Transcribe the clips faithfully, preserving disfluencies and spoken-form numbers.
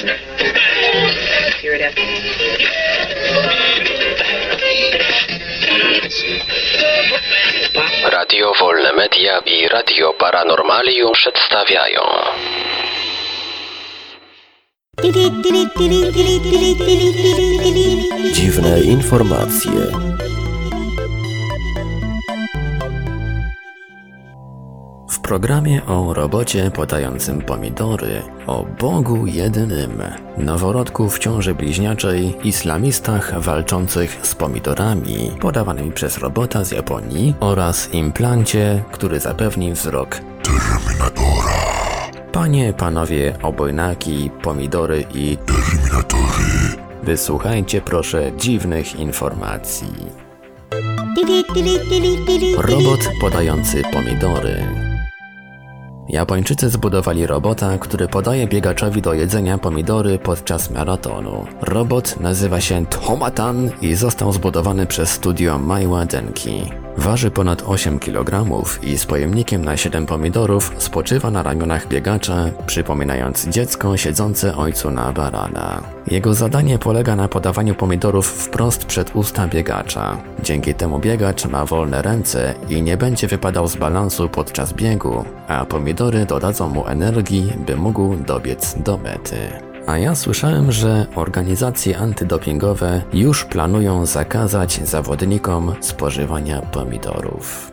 Radio Wolne Media i Radio Paranormalium przedstawiają dziwne informacje. W programie o robocie podającym pomidory, o Bogu jedynym, noworodku w ciąży bliźniaczej, islamistach walczących z pomidorami podawanymi przez robota z Japonii oraz implancie, który zapewni wzrok Terminatora. Panie, panowie, obojnaki, pomidory i Terminatory, wysłuchajcie proszę dziwnych informacji. Robot podający pomidory. Japończycy zbudowali robota, który podaje biegaczowi do jedzenia pomidory podczas maratonu. Robot nazywa się Tomatan i został zbudowany przez studio Maiwa Denki. Waży ponad osiem kilogramów i z pojemnikiem na siedem pomidorów spoczywa na ramionach biegacza, przypominając dziecko siedzące ojcu na barana. Jego zadanie polega na podawaniu pomidorów wprost przed usta biegacza. Dzięki temu biegacz ma wolne ręce i nie będzie wypadał z balansu podczas biegu, a pomidory dodadzą mu energii, by mógł dobiec do mety. A ja słyszałem, że organizacje antydopingowe już planują zakazać zawodnikom spożywania pomidorów.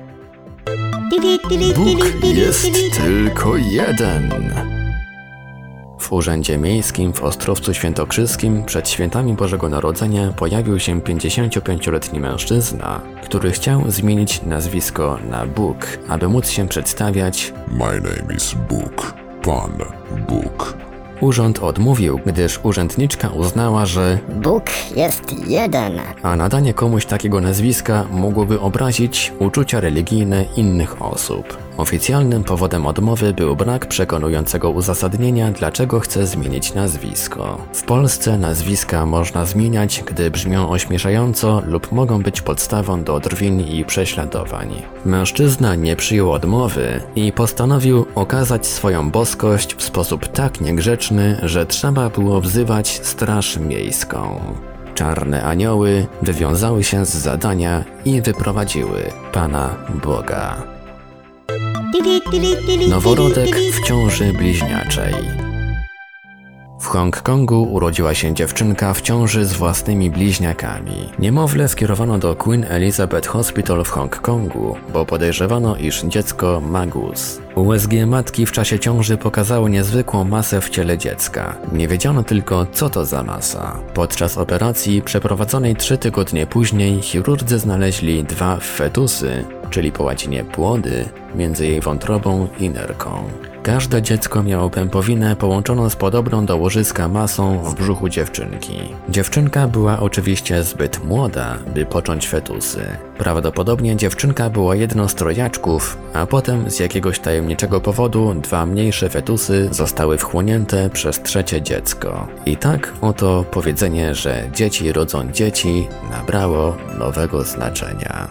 Bóg jest tylko jeden. W Urzędzie Miejskim w Ostrowcu Świętokrzyskim przed świętami Bożego Narodzenia pojawił się pięćdziesięciopięcioletni mężczyzna, który chciał zmienić nazwisko na Bóg, aby móc się przedstawiać My name is Bóg, Pan Bóg. Urząd odmówił, gdyż urzędniczka uznała, że Bóg jest jeden, a nadanie komuś takiego nazwiska mogłoby obrazić uczucia religijne innych osób. Oficjalnym powodem odmowy był brak przekonującego uzasadnienia, dlaczego chce zmienić nazwisko. W Polsce nazwiska można zmieniać, gdy brzmią ośmieszająco lub mogą być podstawą do drwin i prześladowań. Mężczyzna nie przyjął odmowy i postanowił okazać swoją boskość w sposób tak niegrzeczny, że trzeba było wzywać straż miejską. Czarne anioły wywiązały się z zadania i wyprowadziły Pana Boga. Noworodek w ciąży bliźniaczej. W Hongkongu urodziła się dziewczynka w ciąży z własnymi bliźniakami. Niemowlę skierowano do Queen Elizabeth Hospital w Hongkongu, bo podejrzewano, iż dziecko ma guz. U S G matki w czasie ciąży pokazało niezwykłą masę w ciele dziecka. Nie wiedziano tylko, co to za masa. Podczas operacji przeprowadzonej trzy tygodnie później chirurdzy znaleźli dwa fetusy, czyli po łacinie płody, między jej wątrobą i nerką. Każde dziecko miało pępowinę połączoną z podobną do łożyska masą w brzuchu dziewczynki. Dziewczynka była oczywiście zbyt młoda, by począć fetusy. Prawdopodobnie dziewczynka była jedną z trojaczków, a potem z jakiegoś tajemniczego powodu dwa mniejsze fetusy zostały wchłonięte przez trzecie dziecko. I tak oto powiedzenie, że dzieci rodzą dzieci, nabrało nowego znaczenia.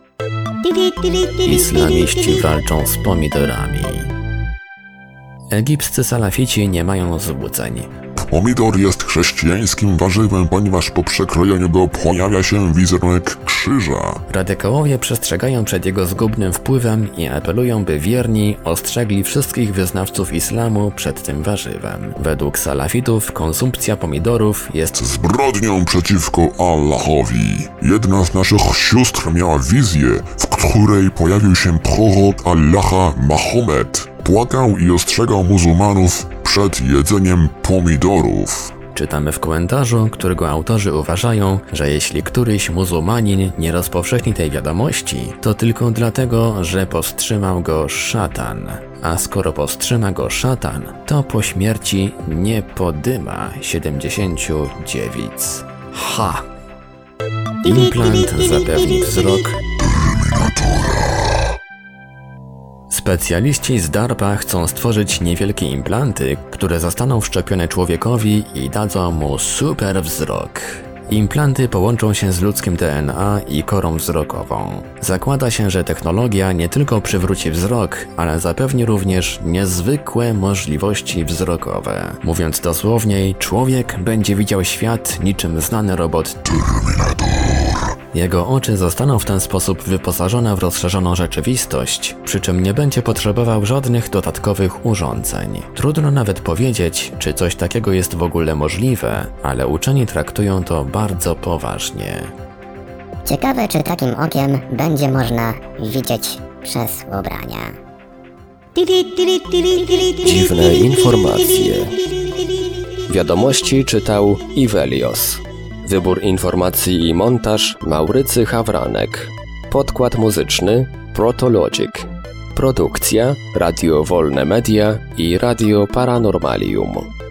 Islamiści walczą z pomidorami. Egipscy salafici nie mają złudzeń. Pomidor jest chrześcijańskim warzywem, ponieważ po przekrojeniu go pojawia się wizerunek krzyża. Radykałowie przestrzegają przed jego zgubnym wpływem i apelują, by wierni ostrzegli wszystkich wyznawców islamu przed tym warzywem. Według salafitów konsumpcja pomidorów jest zbrodnią przeciwko Allahowi. Jedna z naszych sióstr miała wizję, w której pojawił się prorok Allaha Mahomet. Płakał i ostrzegał muzułmanów przed jedzeniem pomidorów. Czytamy w komentarzu, którego autorzy uważają, że jeśli któryś muzułmanin nie rozpowszechni tej wiadomości, to tylko dlatego, że powstrzymał go szatan. A skoro powstrzyma go szatan, to po śmierci nie podyma siedemdziesięciu dziewic. Ha! Implant zapewni wzrok Terminatora. Specjaliści z DARPA chcą stworzyć niewielkie implanty, które zostaną wszczepione człowiekowi i dadzą mu super wzrok. Implanty połączą się z ludzkim D N A i korą wzrokową. Zakłada się, że technologia nie tylko przywróci wzrok, ale zapewni również niezwykłe możliwości wzrokowe. Mówiąc dosłowniej, człowiek będzie widział świat niczym znany robot Terminator. Jego oczy zostaną w ten sposób wyposażone w rozszerzoną rzeczywistość, przy czym nie będzie potrzebował żadnych dodatkowych urządzeń. Trudno nawet powiedzieć, czy coś takiego jest w ogóle możliwe, ale uczeni traktują to bardzo poważnie. Ciekawe, czy takim okiem będzie można widzieć przez ubrania. Dziwne informacje. Wiadomości czytał Ivelios. Wybór informacji i montaż Maurycy Hawranek. Podkład muzyczny Protologic. Produkcja Radio Wolne Media i Radio Paranormalium.